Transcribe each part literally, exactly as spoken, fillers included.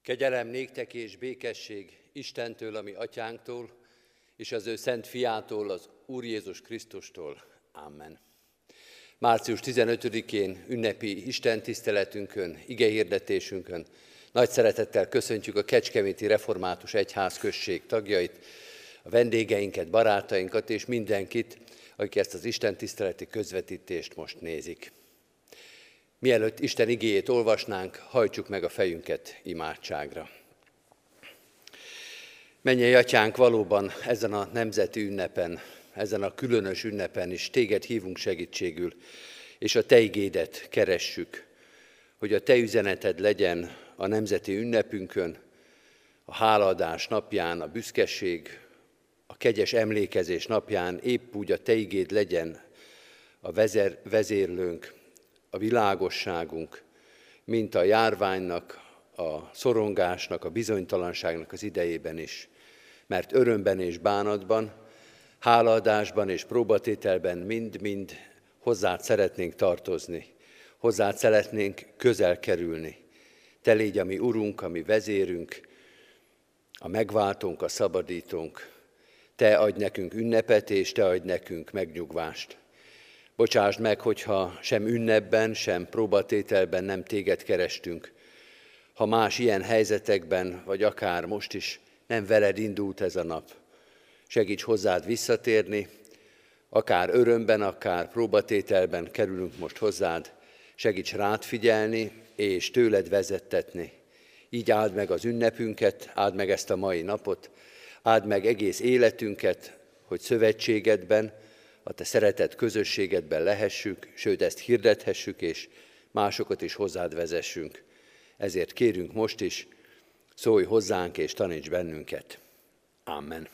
Kegyelem néktek és békesség Istentől, a mi atyánktól, és az ő szent fiától, az Úr Jézus Krisztustól. Amen. március tizenötödikén ünnepi istentiszteletünkön, igehirdetésünkön nagy szeretettel köszöntjük a Kecskeméti Református Egyházközség tagjait, a vendégeinket, barátainkat és mindenkit, akik ezt az istentiszteleti közvetítést most nézik. Mielőtt Isten igéjét olvasnánk, hajtsuk meg a fejünket imádságra. Mennyei Atyánk, valóban ezen a nemzeti ünnepen, ezen a különös ünnepen is téged hívunk segítségül, és a te igédet keressük, hogy a te üzeneted legyen a nemzeti ünnepünkön, a hálaadás napján, a büszkeség, a kegyes emlékezés napján épp úgy a te igéd legyen a vezér, vezérlőnk, a világosságunk, mint a járványnak, a szorongásnak, a bizonytalanságnak az idejében is. Mert örömben és bánatban, hálaadásban és próbatételben mind-mind hozzád szeretnénk tartozni, hozzád szeretnénk közel kerülni. Te légy a mi Urunk, a mi vezérünk, a megváltónk, a szabadítónk. Te adj nekünk ünnepet, és te adj nekünk megnyugvást. Bocsásd meg, hogyha sem ünnepben, sem próbatételben nem téged kerestünk. Ha más ilyen helyzetekben, vagy akár most is nem veled indult ez a nap, segíts hozzád visszatérni, akár örömben, akár próbatételben kerülünk most hozzád, segíts rád figyelni és tőled vezettetni. Így áld meg az ünnepünket, áld meg ezt a mai napot, áld meg egész életünket, hogy szövetségedben, a te szeretett közösségedben lehessük, sőt ezt hirdethessük, és másokat is hozzád vezessünk. Ezért kérünk most is, szólj hozzánk és taníts bennünket. Amen.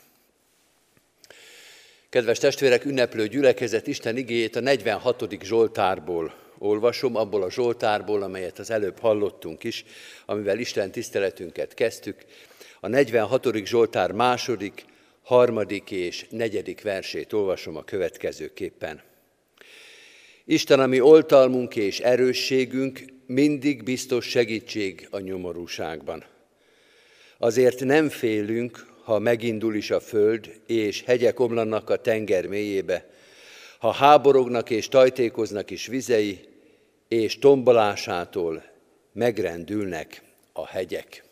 Kedves testvérek, ünneplő gyülekezet, Isten igéjét a negyvenhatodik Zsoltárból olvasom, abból a Zsoltárból, amelyet az előbb hallottunk is, amivel Isten tiszteletünket kezdtük. A negyvenhatodik Zsoltár második, harmadik és negyedik versét olvasom a következőképpen. Isten, a mi oltalmunk és erősségünk, mindig biztos segítség a nyomorúságban. Azért nem félünk, ha megindul is a föld, és hegyek omlanak a tenger mélyébe, ha háborognak és tajtékoznak is vizei, és tombolásától megrendülnek a hegyek.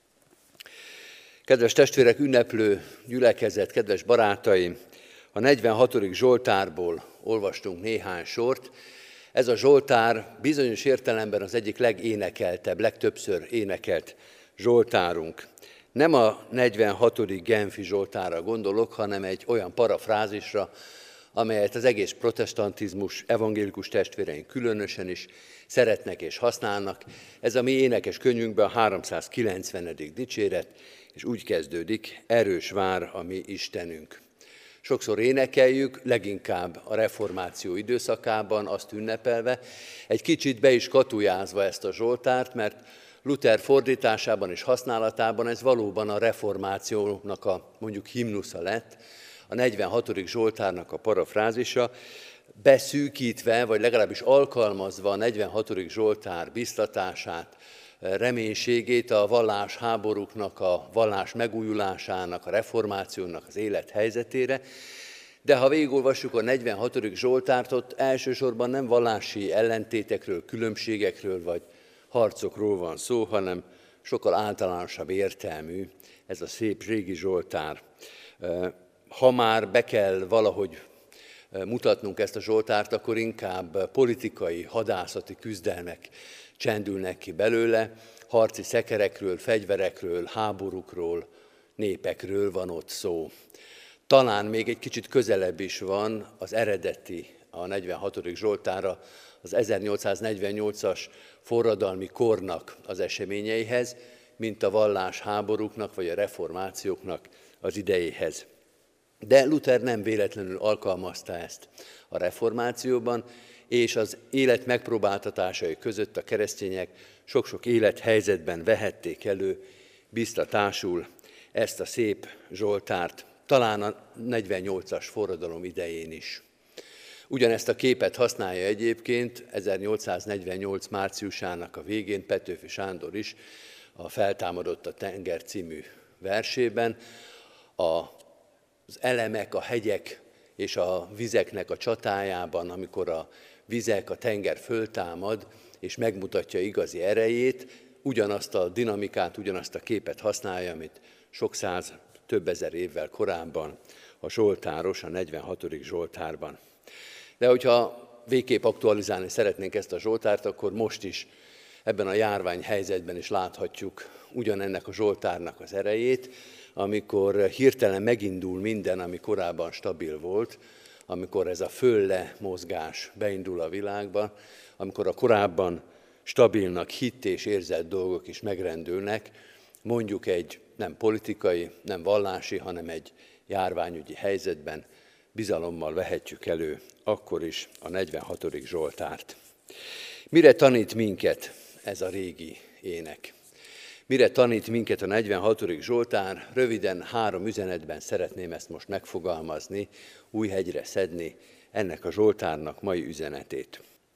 Kedves testvérek, ünneplő gyülekezet, kedves barátaim, a negyvenhatodik Zsoltárból olvastunk néhány sort. Ez a Zsoltár bizonyos értelemben az egyik legénekeltebb, legtöbbször énekelt Zsoltárunk. Nem a negyvenhatodik Genfi Zsoltárra gondolok, hanem egy olyan parafrázisra, amelyet az egész protestantizmus, evangélikus testvéreink különösen is szeretnek és használnak. Ez a mi énekes könyvünkben a háromszázkilencvenedik dicséret, és úgy kezdődik, erős vár a mi Istenünk. Sokszor énekeljük, leginkább a reformáció időszakában azt ünnepelve, egy kicsit be is katujázva ezt a Zsoltárt, mert Luther fordításában és használatában ez valóban a reformációnak a mondjuk himnusza lett, a negyvenhatodik Zsoltárnak a parafrázisa, beszűkítve, vagy legalábbis alkalmazva a negyvenhatodik Zsoltár biztatását, reménységét a vallás háborúknak, a vallás megújulásának, a reformációnak az élethelyzetére. De ha végigolvassuk a negyvenhatodik Zsoltárt, ott elsősorban nem vallási ellentétekről, különbségekről vagy harcokról van szó, hanem sokkal általánosabb értelmű ez a szép régi Zsoltár. Ha már be kell valahogy mutatnunk ezt a Zsoltárt, akkor inkább politikai, hadászati küzdelmek csendülnek ki belőle, harci szekerekről, fegyverekről, háborúkról, népekről van ott szó. Talán még egy kicsit közelebb is van az eredeti, a negyvenhatodik Zsoltárra, az ezernyolcszáznegyvennyolcas forradalmi kornak az eseményeihez, mint a vallás háborúknak vagy a reformációknak az idejéhez. De Luther nem véletlenül alkalmazta ezt a reformációban, és az élet megpróbáltatásai között a keresztények sok-sok élethelyzetben vehették elő biztatásul ezt a szép Zsoltárt, talán a negyvennyolcas forradalom idején is. Ugyanezt a képet használja egyébként ezernyolcszáznegyvennyolc márciusának a végén Petőfi Sándor is, a Feltámadott a tenger című versében, az elemek, a hegyek és a vizeknek a csatájában, amikor a vizek, a tenger föltámad, és megmutatja igazi erejét, ugyanazt a dinamikát, ugyanazt a képet használja, amit sok száz, több ezer évvel korábban a Zsoltáros, a negyvenhatodik Zsoltárban. De hogyha végképp aktualizálni szeretnénk ezt a Zsoltárt, akkor most is ebben a járványhelyzetben is láthatjuk ugyanennek a Zsoltárnak az erejét, amikor hirtelen megindul minden, ami korábban stabil volt, amikor ez a fölle mozgás beindul a világba, amikor a korábban stabilnak hitt és érzett dolgok is megrendülnek, mondjuk egy nem politikai, nem vallási, hanem egy járványügyi helyzetben bizalommal vehetjük elő akkor is a negyvenhatodik Zsoltárt. Mire tanít minket ez a régi ének? Mire tanít minket a negyvenhatodik Zsoltár? Röviden három üzenetben szeretném ezt most megfogalmazni, Újhegyre szedni ennek a Zsoltárnak mai üzenetét.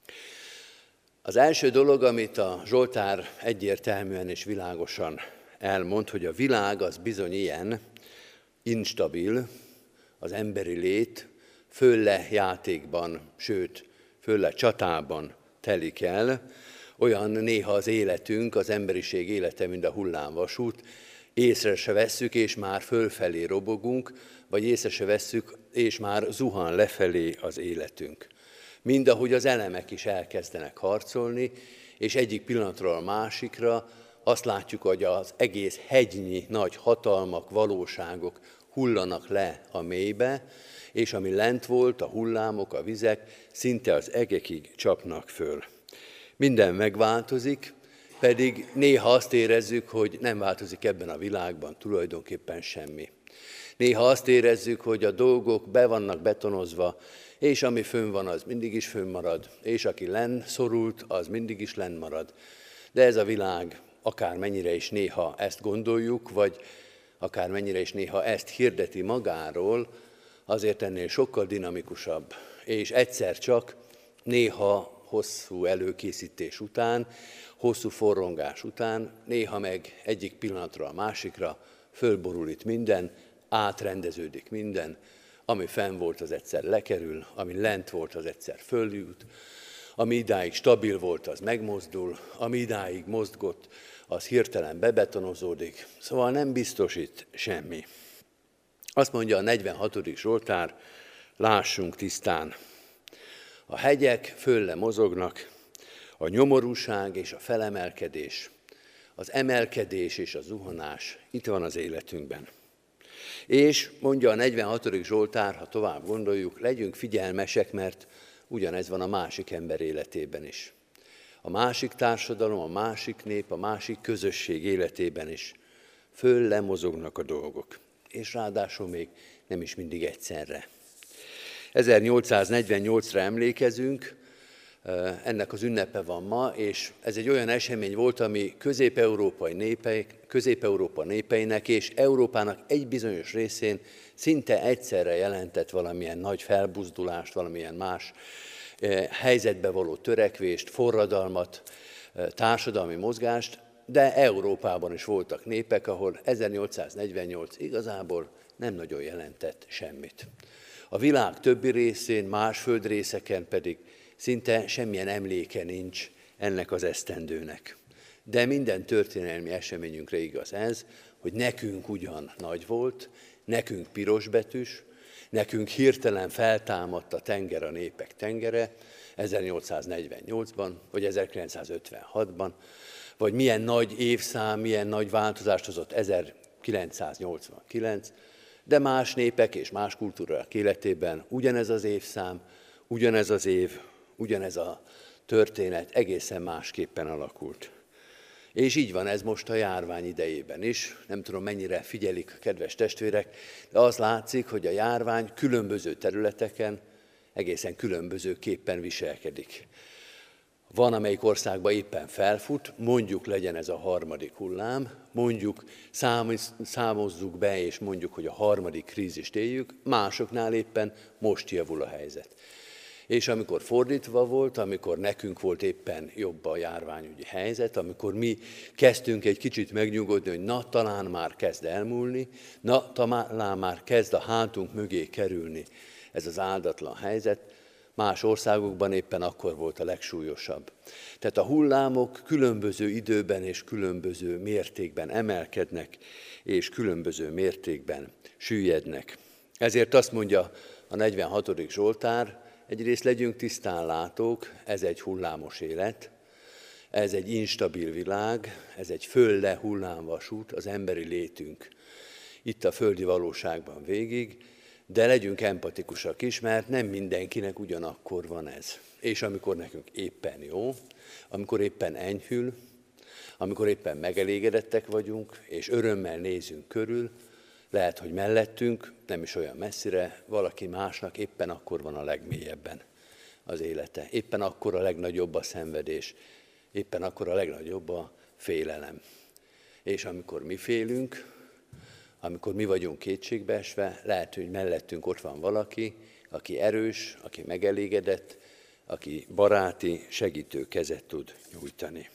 Az első dolog, amit a Zsoltár egyértelműen és világosan elmond, hogy a világ az bizony ilyen, instabil, az emberi lét fölle játékban, sőt, fölle csatában telik el, olyan néha az életünk, az emberiség élete, mint a hullámvasút, észre se vesszük, és már fölfelé robogunk, vagy észre se vesszük, és már zuhan lefelé az életünk. Mind ahogy az elemek is elkezdenek harcolni, és egyik pillanatról a másikra azt látjuk, hogy az egész hegynyi nagy hatalmak, valóságok hullanak le a mélybe, és ami lent volt, a hullámok, a vizek szinte az egekig csapnak föl. Minden megváltozik, pedig néha azt érezzük, hogy nem változik ebben a világban tulajdonképpen semmi. Néha azt érezzük, hogy a dolgok be vannak betonozva, és ami fönn van, az mindig is fönn marad, és aki lenn szorult, az mindig is lenn marad. De ez a világ, akármennyire is néha ezt gondoljuk, vagy akármennyire is néha ezt hirdeti magáról, azért ennél sokkal dinamikusabb, és egyszer csak néha hosszú előkészítés után, hosszú forrongás után, néha meg egyik pillanatra a másikra fölborul itt minden, átrendeződik minden, ami fenn volt, az egyszer lekerül, ami lent volt, az egyszer följut, ami idáig stabil volt, az megmozdul, ami idáig mozgott, az hirtelen bebetonozódik, szóval nem biztosít semmi. Azt mondja a negyvenhatodik Zsoltár, lássunk tisztán. A hegyek fölle mozognak, a nyomorúság és a felemelkedés, az emelkedés és a zuhanás itt van az életünkben. És mondja a negyvenhatodik Zsoltár, ha tovább gondoljuk, legyünk figyelmesek, mert ugyanez van a másik ember életében is. A másik társadalom, a másik nép, a másik közösség életében is fölle mozognak a dolgok. És ráadásul még nem is mindig egyszerre. ezernyolcszáznegyvennyolcra emlékezünk, ennek az ünnepe van ma, és ez egy olyan esemény volt, ami közép-európai népei, közép-európa népeinek és Európának egy bizonyos részén szinte egyszerre jelentett valamilyen nagy felbuzdulást, valamilyen más helyzetbe való törekvést, forradalmat, társadalmi mozgást, de Európában is voltak népek, ahol ezernyolcszáznegyvennyolc igazából nem nagyon jelentett semmit. A világ többi részén, más földrészeken pedig szinte semmilyen emléke nincs ennek az esztendőnek. De minden történelmi eseményünkre igaz ez, hogy nekünk ugyan nagy volt, nekünk pirosbetűs, nekünk hirtelen feltámadt a tenger, a népek tengere, ezernyolcszáznegyvennyolcban, vagy ezerkilencszázötvenhatban, vagy milyen nagy évszám, milyen nagy változást hozott ezerkilencszáznyolcvankilenc, de más népek és más kultúrák életében ugyanez az évszám, ugyanez az év, ugyanez a történet egészen másképpen alakult. És így van ez most a járvány idejében is. Nem tudom, mennyire figyelik a kedves testvérek, de az látszik, hogy a járvány különböző területeken egészen különbözőképpen viselkedik. Van, amelyik országban éppen felfut, mondjuk legyen ez a harmadik hullám, mondjuk számozzuk be, és mondjuk, hogy a harmadik krízist éljük, másoknál éppen most javul a helyzet. És amikor fordítva volt, amikor nekünk volt éppen jobb a járványügyi helyzet, amikor mi kezdtünk egy kicsit megnyugodni, hogy na, talán már kezd elmúlni, na, talán már kezd a hátunk mögé kerülni ez az áldatlan helyzet, más országokban éppen akkor volt a legsúlyosabb. Tehát a hullámok különböző időben és különböző mértékben emelkednek, és különböző mértékben süllyednek. Ezért azt mondja a negyvenhatodik Zsoltár, egyrészt legyünk tisztán látók, ez egy hullámos élet, ez egy instabil világ, ez egy föl-le hullámvasút, az emberi létünk itt a földi valóságban végig, de legyünk empatikusak is, mert nem mindenkinek ugyanakkor van ez. És amikor nekünk éppen jó, amikor éppen enyhül, amikor éppen megelégedettek vagyunk, és örömmel nézünk körül, lehet, hogy mellettünk, nem is olyan messzire, valaki másnak éppen akkor van a legmélyebben az élete. Éppen akkor a legnagyobb a szenvedés, éppen akkor a legnagyobb a félelem. És amikor mi félünk, amikor mi vagyunk kétségbeesve, lehet, hogy mellettünk ott van valaki, aki erős, aki megelégedett, aki baráti, segítő kezet tud nyújtani.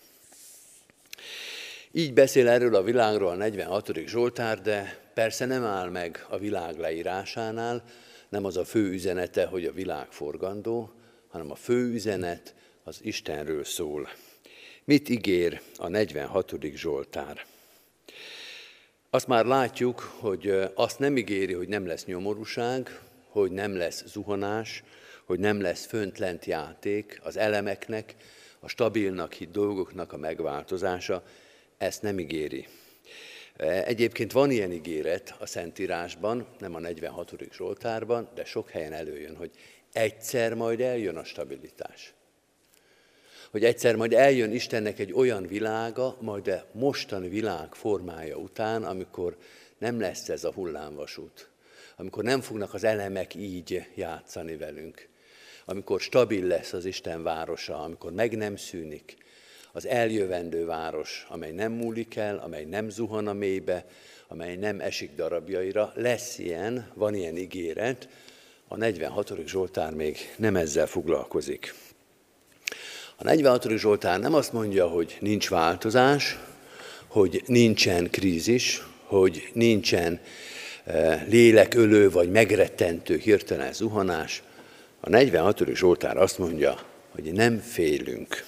Így beszél erről a világról a negyvenhatodik Zsoltár, de persze nem áll meg a világ leírásánál, nem az a fő üzenete, hogy a világ forgandó, hanem a fő üzenet az Istenről szól. Mit ígér a negyvenhatodik Zsoltár? Azt már látjuk, hogy azt nem ígéri, hogy nem lesz nyomorúság, hogy nem lesz zuhanás, hogy nem lesz fönt-lent játék az elemeknek, a stabilnak hitt dolgoknak a megváltozása, ezt nem ígéri. Egyébként van ilyen ígéret a Szentírásban, nem a negyvenhatodik Zsoltárban, de sok helyen előjön, hogy egyszer majd eljön a stabilitás. Hogy egyszer majd eljön Istennek egy olyan világa, majd a mostani világ formája után, amikor nem lesz ez a hullámvasút, amikor nem fognak az elemek így játszani velünk, amikor stabil lesz az Isten városa, amikor meg nem szűnik az eljövendő város, amely nem múlik el, amely nem zuhan a mélybe, amely nem esik darabjaira. Lesz ilyen, van ilyen ígéret, a negyvenhatodik Zsoltár még nem ezzel foglalkozik. A negyvenhatodik Zsoltár nem azt mondja, hogy nincs változás, hogy nincsen krízis, hogy nincsen lélekölő vagy megrettentő hirtelen zuhanás. A negyvenhatodik Zsoltár azt mondja, hogy nem félünk.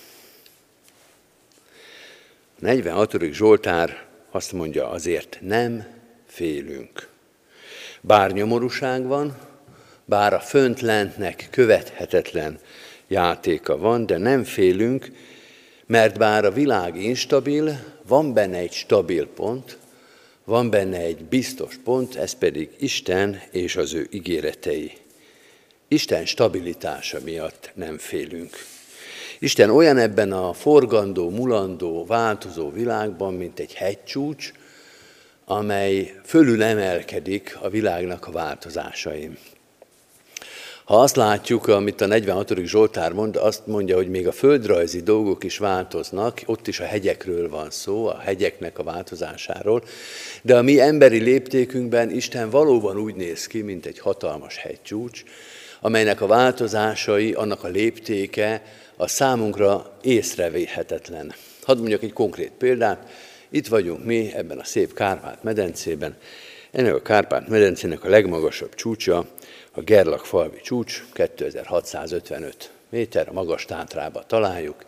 A negyvenhatodik Zsoltár azt mondja, azért nem félünk. Bár nyomorúság van, bár a fönt-lentnek követhetetlen játéka van, de nem félünk, mert bár a világ instabil, van benne egy stabil pont, van benne egy biztos pont, ez pedig Isten és az ő ígéretei. Isten stabilitása miatt nem félünk. Isten olyan ebben a forgandó, mulandó, változó világban, mint egy hegycsúcs, amely fölül emelkedik a világnak a változásain. Ha azt látjuk, amit a negyvenhatodik Zsoltár mond, azt mondja, hogy még a földrajzi dolgok is változnak, ott is a hegyekről van szó, a hegyeknek a változásáról, de a mi emberi léptékünkben Isten valóban úgy néz ki, mint egy hatalmas hegycsúcs, amelynek a változásai, annak a léptéke a számunkra észrevéhetetlen. Hadd mondjak egy konkrét példát, itt vagyunk mi ebben a szép Kárpát-medencében, ennek a Kárpát-medencének a legmagasabb csúcsa, a Gerlach-falvi csúcs, kétezer-hatszázötvenöt méter, a magas Tátrába találjuk.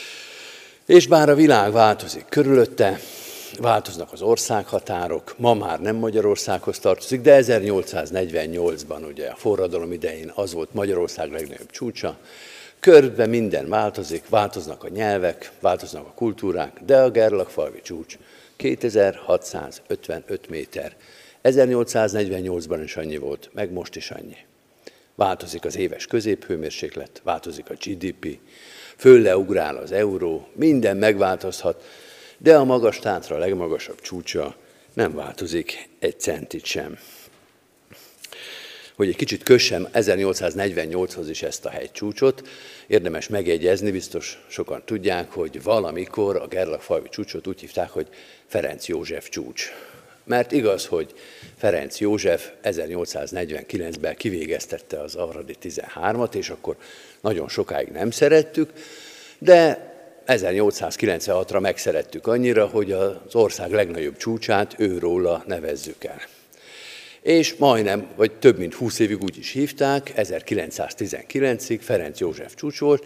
És bár a világ változik körülötte, változnak az országhatárok, ma már nem Magyarországhoz tartozik, de ezernyolcszáznegyvennyolcban, ugye a forradalom idején az volt Magyarország legnagyobb csúcsa, körbe minden változik, változnak a nyelvek, változnak a kultúrák, de a Gerlach-falvi csúcs kétezer-hatszázötvenöt méter. ezernyolcszáznegyvennyolcban is annyi volt, meg most is annyi. Változik az éves középhőmérséklet, változik a gé dé pé, fölleugrál az euró, minden megváltozhat, de a magas Tátra, a legmagasabb csúcsa nem változik egy centit sem. Hogy egy kicsit kössem ezernyolcszáznegyvennyolchoz is ezt a hegycsúcsot, érdemes megjegyezni, biztos sokan tudják, hogy valamikor a Gerlach-falvi csúcsot úgy hívták, hogy Ferenc József csúcs. Mert igaz, hogy Ferenc József ezernyolcszáznegyvenkilencben kivégeztette az avradi tizenhármat, és akkor nagyon sokáig nem szerettük, de ezernyolcszázkilencvenhatra megszerettük annyira, hogy az ország legnagyobb csúcsát őróla nevezzük el. És majdnem, vagy több mint húsz évig úgy is hívták, ezerkilencszáztizenkilencig Ferenc József csúcs volt,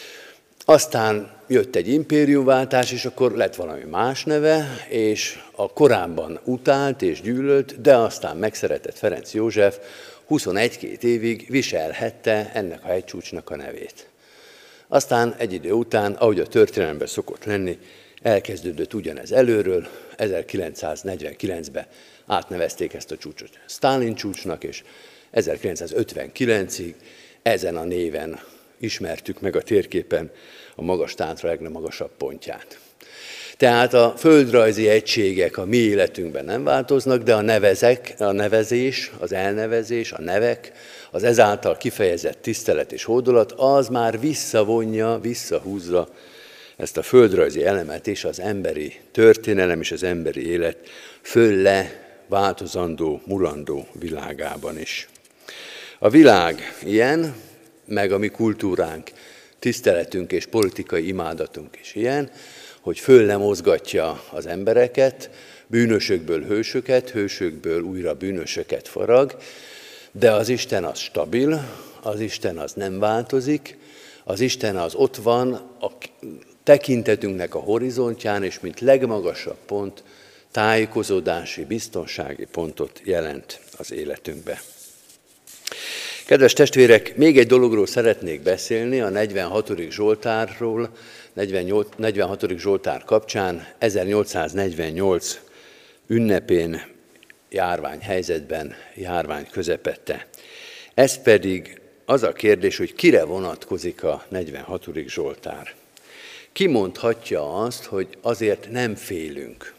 aztán jött egy impériumváltás, és akkor lett valami más neve, és a korábban utált és gyűlölt, de aztán megszeretett Ferenc József huszonegy-két évig viselhette ennek a hegycsúcsnak a nevét. Aztán egy idő után, ahogy a történelemben szokott lenni, elkezdődött ugyanez előről, ezerkilencszáznegyvenkilencben átnevezték ezt a csúcsot Sztálin csúcsnak, és ezerkilencszázötvenkilencig ezen a néven ismertük meg a térképen a magas tátra legmagasabb pontját. Tehát a földrajzi egységek a mi életünkben nem változnak, de a nevezek, a nevezés, az elnevezés, a nevek, az ezáltal kifejezett tisztelet és hódolat, az már visszavonja, visszahúzza ezt a földrajzi elemet és az emberi történelem és az emberi élet fölle változandó, mulandó világában is. A világ ilyen, meg a mi kultúránk, tiszteletünk és politikai imádatunk is ilyen, hogy fölle mozgatja az embereket, bűnösökből hősöket, hősökből újra bűnösöket farag, de az Isten az stabil, az Isten az nem változik, az Isten az ott van a tekintetünknek a horizontján, és mint legmagasabb pont tájékozódási, biztonsági pontot jelent az életünkbe. Kedves testvérek, még egy dologról szeretnék beszélni, a negyvenhatodik Zsoltárról, negyvenhatodik Zsoltár kapcsán, ezernyolcszáznegyvennyolc ünnepén, járványhelyzetben, járvány közepette. Ez pedig az a kérdés, hogy kire vonatkozik a negyvenhatodik Zsoltár. Ki mondhatja azt, hogy azért nem félünk?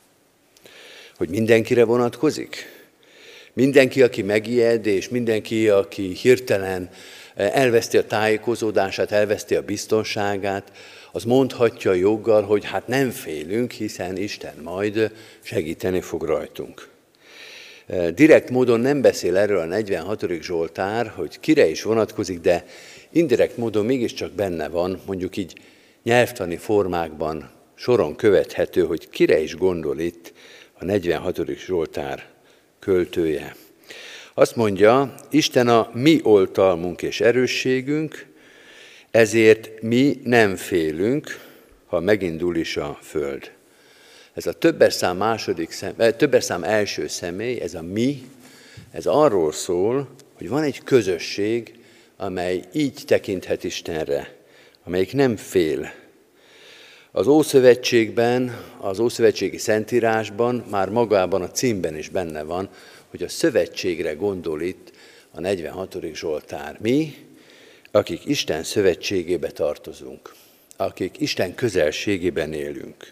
Hogy mindenkire vonatkozik? Mindenki, aki megijed, és mindenki, aki hirtelen elveszti a tájékozódását, elveszti a biztonságát, az mondhatja joggal, hogy hát nem félünk, hiszen Isten majd segíteni fog rajtunk. Direkt módon nem beszél erről a negyvenhatodik Zsoltár, hogy kire is vonatkozik, de indirekt módon mégiscsak benne van, mondjuk így nyelvtani formákban soron követhető, hogy kire is gondol itt a negyvenhatodik Zsoltár költője. Azt mondja, Isten a mi oltalmunk és erősségünk, ezért mi nem félünk, ha megindul is a föld. Ez a többes szám, második szem, többes szám első személy, ez a mi, ez arról szól, hogy van egy közösség, amely így tekinthet Istenre, amelyik nem fél. Az Ószövetségben, az Ószövetségi Szentírásban, már magában a címben is benne van, hogy a szövetségre gondol itt a negyvenhatodik Zsoltár. Mi, akik Isten szövetségébe tartozunk, akik Isten közelségében élünk.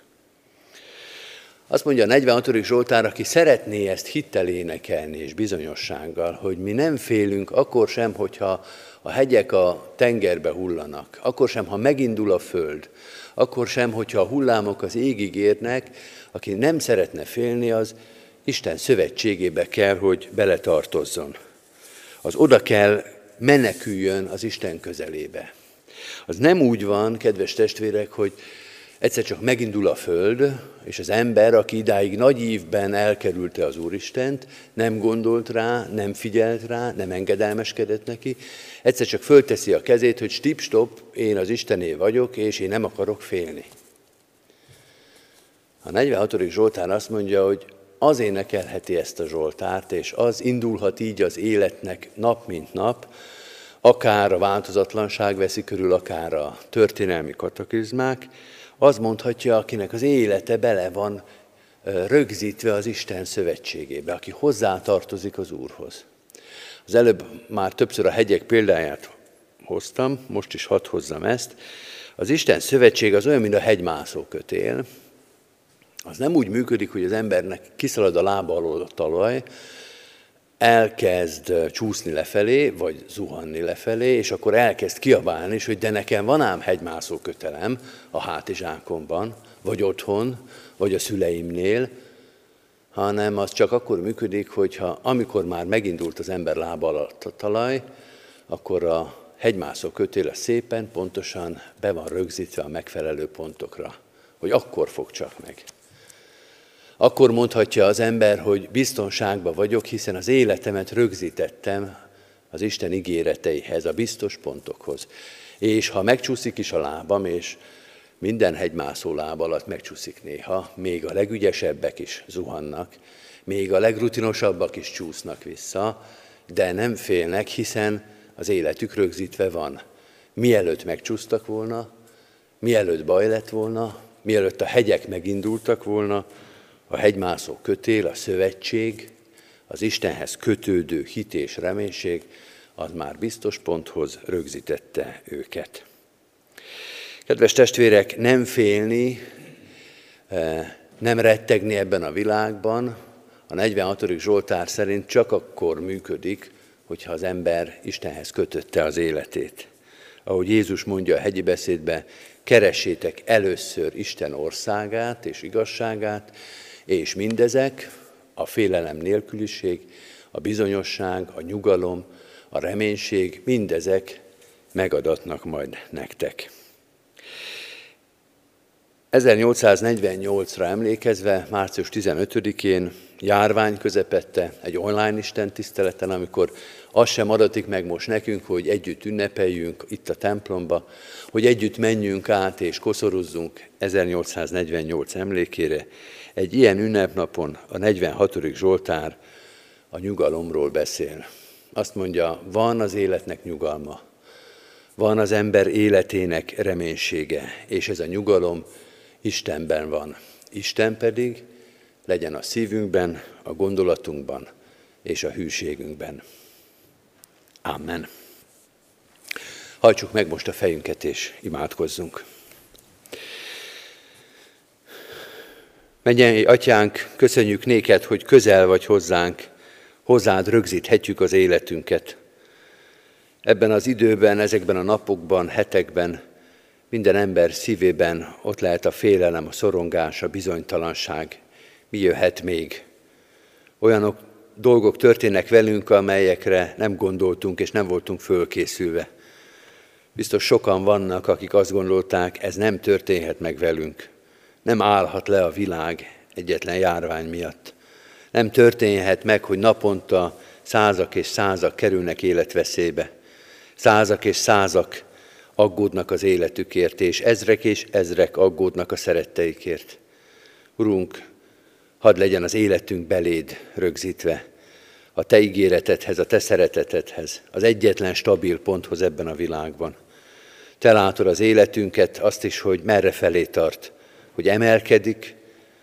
Azt mondja a negyvenhatodik Zsoltár, aki szeretné ezt hittel énekelni és bizonyossággal, hogy mi nem félünk akkor sem, hogyha a hegyek a tengerbe hullanak, akkor sem, ha megindul a föld, akkor sem, hogyha a hullámok az égig érnek, aki nem szeretne félni, az Isten szövetségébe kell, hogy beletartozzon. Az oda kell meneküljön az Isten közelébe. Az nem úgy van, kedves testvérek, hogy egyszer csak megindul a föld, és az ember, aki idáig nagy ívben elkerülte az Úristent, nem gondolt rá, nem figyelt rá, nem engedelmeskedett neki, egyszer csak fölteszi a kezét, hogy stip-stop, én az Istené vagyok, és én nem akarok félni. A negyvenhatodik Zsoltár azt mondja, hogy az énekelheti ezt a Zsoltárt, és az indulhat így az életnek nap mint nap, akár a változatlanság veszi körül, akár a történelmi kataklizmák, az mondhatja, akinek az élete bele van rögzítve az Isten szövetségébe, aki hozzátartozik az Úrhoz. Az előbb már többször a hegyek példáját hoztam, most is hadd hozzam ezt. Az Isten szövetség az olyan, mint a hegymászó kötél. Az nem úgy működik, hogy az embernek kiszalad a lába alól a talaj, elkezd csúszni lefelé, vagy zuhanni lefelé, és akkor elkezd kiabálni, és hogy de nekem van ám hegymászó kötelem a hátizsákomban, vagy otthon, vagy a szüleimnél, hanem az csak akkor működik, hogyha amikor már megindult az ember lába alatt a talaj, akkor a hegymászó kötél a szépen, pontosan be van rögzítve a megfelelő pontokra, hogy akkor fog csak meg. Akkor mondhatja az ember, hogy biztonságban vagyok, hiszen az életemet rögzítettem az Isten ígéreteihez, a biztos pontokhoz. És ha megcsúszik is a lábam, és minden hegymászó láb alatt megcsúszik néha, még a legügyesebbek is zuhannak, még a legrutinosabbak is csúsznak vissza, de nem félnek, hiszen az életük rögzítve van. Mielőtt megcsúsztak volna, mielőtt baj lett volna, mielőtt a hegyek megindultak volna, a hegymászó kötél, a szövetség, az Istenhez kötődő hit és reménység, az már biztos ponthoz rögzítette őket. Kedves testvérek, nem félni, nem rettegni ebben a világban, a negyvenhatodik Zsoltár szerint csak akkor működik, hogyha az ember Istenhez kötötte az életét. Ahogy Jézus mondja a hegyi beszédben, keressétek először Isten országát és igazságát, és mindezek, a félelem nélküliség, a bizonyosság, a nyugalom, a reménység, mindezek megadatnak majd nektek. ezernyolcszáznegyvennyolcra emlékezve, március tizenötödikén járvány közepette egy online istentiszteleten, amikor az sem adatik meg most nekünk, hogy együtt ünnepeljünk itt a templomba, hogy együtt menjünk át és koszorozzunk ezernyolcszáznegyvennyolc emlékére. Egy ilyen ünnepnapon a negyvenhatodik Zsoltár a nyugalomról beszél. Azt mondja, van az életnek nyugalma, van az ember életének reménysége, és ez a nyugalom Istenben van. Isten pedig legyen a szívünkben, a gondolatunkban és a hűségünkben. Amen. Hajtsuk meg most a fejünket és imádkozzunk. Mennyei Atyánk, köszönjük néked, hogy közel vagy hozzánk, hozzád rögzíthetjük az életünket. Ebben az időben, ezekben a napokban, hetekben minden ember szívében ott lehet a félelem, a szorongás, a bizonytalanság. Mi jöhet még? Olyanok, dolgok történnek velünk, amelyekre nem gondoltunk és nem voltunk fölkészülve. Biztos sokan vannak, akik azt gondolták, ez nem történhet meg velünk. Nem állhat le a világ egyetlen járvány miatt. Nem történhet meg, hogy naponta százak és százak kerülnek életveszélybe. Százak és százak aggódnak az életükért, és ezrek és ezrek aggódnak a szeretteikért. Urunk, hadd legyen az életünk beléd rögzítve, a Te ígéretedhez, a Te szeretetedhez, az egyetlen stabil ponthoz ebben a világban. Te látod az életünket, azt is, hogy merre felé tart, hogy emelkedik,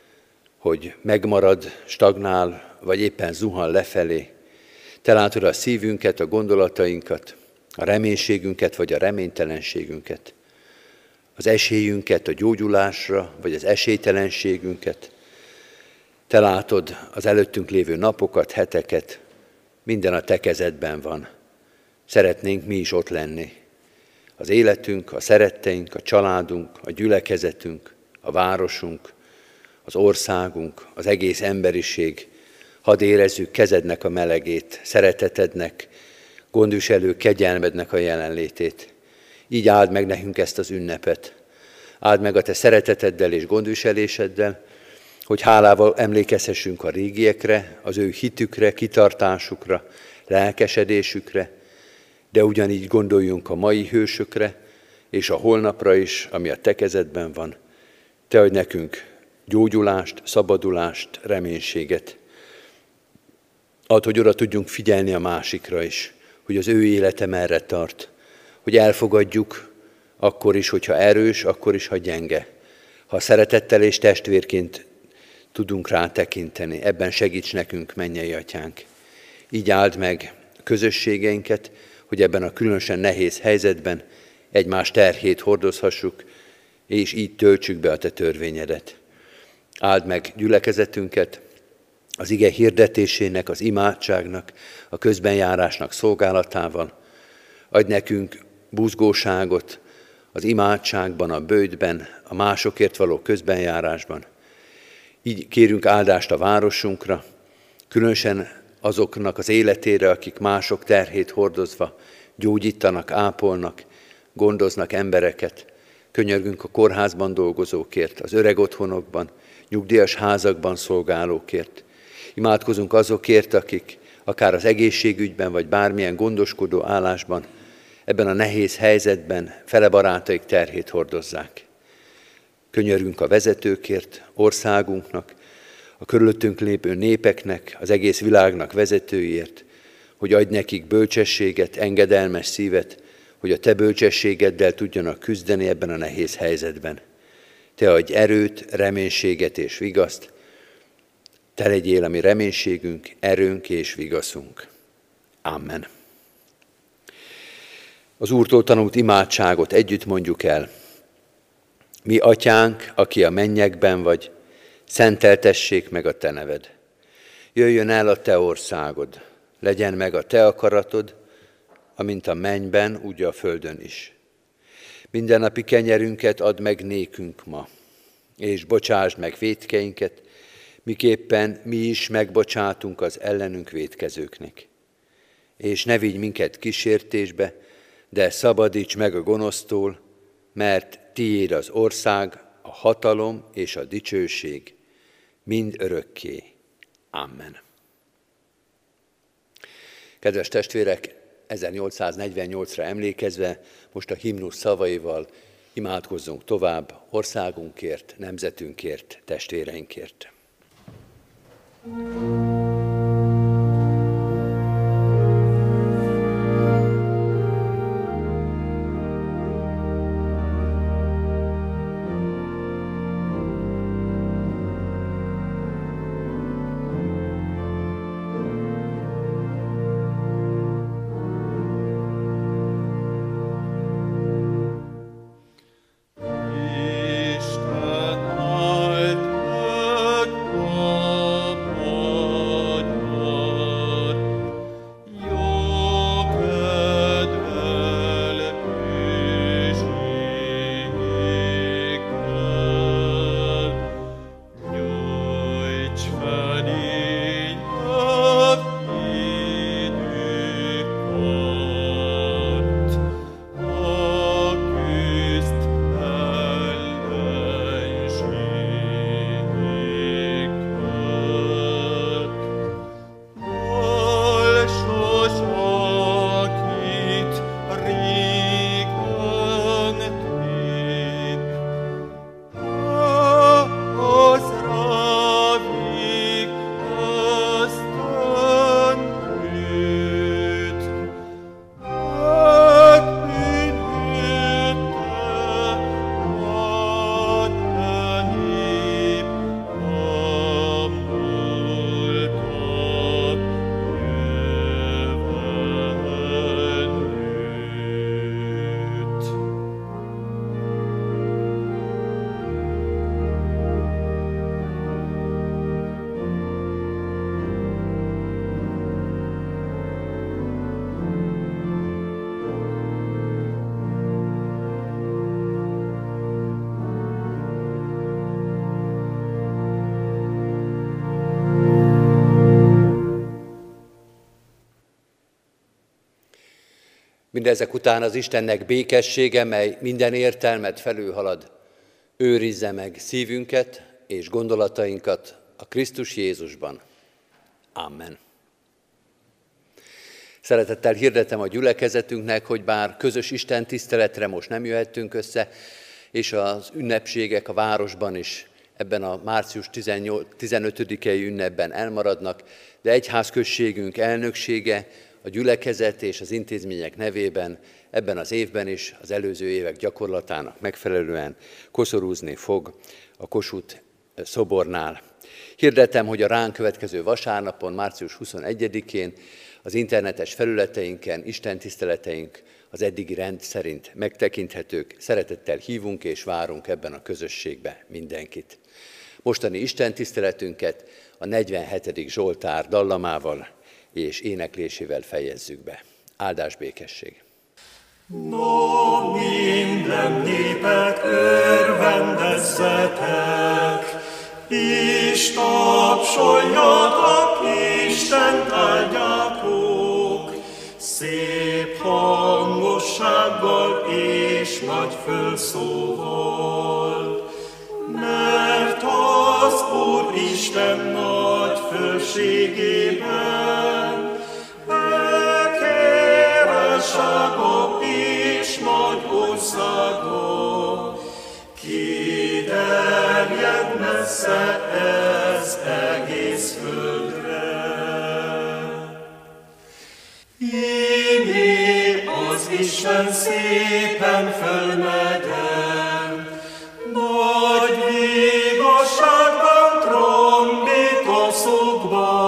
hogy megmarad, stagnál, vagy éppen zuhan lefelé. Te látod a szívünket, a gondolatainkat, a reménységünket, vagy a reménytelenségünket, az esélyünket a gyógyulásra, vagy az esélytelenségünket. Te látod az előttünk lévő napokat, heteket, minden a Te kezedben van. Szeretnénk mi is ott lenni. Az életünk, a szeretteink, a családunk, a gyülekezetünk, a városunk, az országunk, az egész emberiség, hadd érezzük kezednek a melegét, szeretetednek, gondviselő kegyelmednek a jelenlétét. Így áld meg nekünk ezt az ünnepet. Áld meg a Te szereteteddel és gondviseléseddel, hogy hálával emlékezhessünk a régiekre, az ő hitükre, kitartásukra, lelkesedésükre, de ugyanígy gondoljunk a mai hősökre, és a holnapra is, ami a Te kezedben van. Te adj nekünk gyógyulást, szabadulást, reménységet. Add, hogy oda tudjunk figyelni a másikra is, hogy az ő élete merre tart, hogy elfogadjuk akkor is, hogyha erős, akkor is, ha gyenge. Ha szeretettel és testvérként tudunk rá tekinteni, ebben segíts nekünk, mennyei Atyánk. Így áld meg a közösségeinket, hogy ebben a különösen nehéz helyzetben egymás terhét hordozhassuk, és így töltsük be a Te törvényedet. Áld meg gyülekezetünket, az ige hirdetésének, az imádságnak, a közbenjárásnak szolgálatával. Adj nekünk buzgóságot az imádságban, a bőjtben, a másokért való közbenjárásban. Így kérünk áldást a városunkra, különösen azoknak az életére, akik mások terhét hordozva gyógyítanak, ápolnak, gondoznak embereket. Könyörgünk a kórházban dolgozókért, az öreg otthonokban, nyugdíjas házakban szolgálókért. Imádkozunk azokért, akik akár az egészségügyben, vagy bármilyen gondoskodó állásban, ebben a nehéz helyzetben fele barátaik terhét hordozzák. Könyörgünk a vezetőkért, országunknak, a körülöttünk lépő népeknek, az egész világnak vezetőiért, hogy adj nekik bölcsességet, engedelmes szívet, hogy a te bölcsességeddel tudjanak küzdeni ebben a nehéz helyzetben. Te adj erőt, reménységet és vigaszt, te legyél a mi reménységünk, erőnk és vigaszunk. Amen. Az Úrtól tanult imádságot együtt mondjuk el. Mi atyánk, aki a mennyekben vagy, szenteltessék meg a te neved. Jöjjön el a te országod, legyen meg a te akaratod, amint a mennyben, úgy a földön is. Mindennapi kenyerünket add meg nékünk ma, és bocsásd meg vétkeinket, miképpen mi is megbocsátunk az ellenünk vétkezőknek. És ne vigy minket kísértésbe, de szabadíts meg a gonosztól, mert tiéd az ország, a hatalom és a dicsőség, mind örökké. Amen. Kedves testvérek, ezernyolcszáznegyvennyolcra emlékezve most a himnusz szavaival imádkozzunk tovább országunkért, nemzetünkért, testvéreinkért. Mindezek után az Istennek békessége, mely minden értelmet felülhalad, őrizze meg szívünket és gondolatainkat a Krisztus Jézusban. Amen. Szeretettel hirdetem a gyülekezetünknek, hogy bár közös Isten tiszteletre most nem jöhettünk össze, és az ünnepségek a városban is ebben a március tizenötödikei ünnepben elmaradnak, de egyházközségünk elnöksége, a gyülekezet és az intézmények nevében ebben az évben is az előző évek gyakorlatának megfelelően koszorúzni fog a Kossuth szobornál. Hirdetem, hogy a ránk következő vasárnapon, március huszonegyedikén az internetes felületeinken istentiszteleteink az eddigi rend szerint megtekinthetők. Szeretettel hívunk és várunk ebben a közösségbe mindenkit. Mostani istentiszteletünket a negyvenhetedik Zsoltár dallamával és éneklésével fejezzük be. Áldás, békesség! No, minden népek örvendezzetek, és tapsoljatok Istent áldjátok, szép hangossággal és nagy fölszóval, mert az Úr Isten nagy fölségében, királysága és nagy országa, kiterjed messze ez egész földre. Ímé az Isten szépen fölmeden, nagy vigaszságban trombita szokban,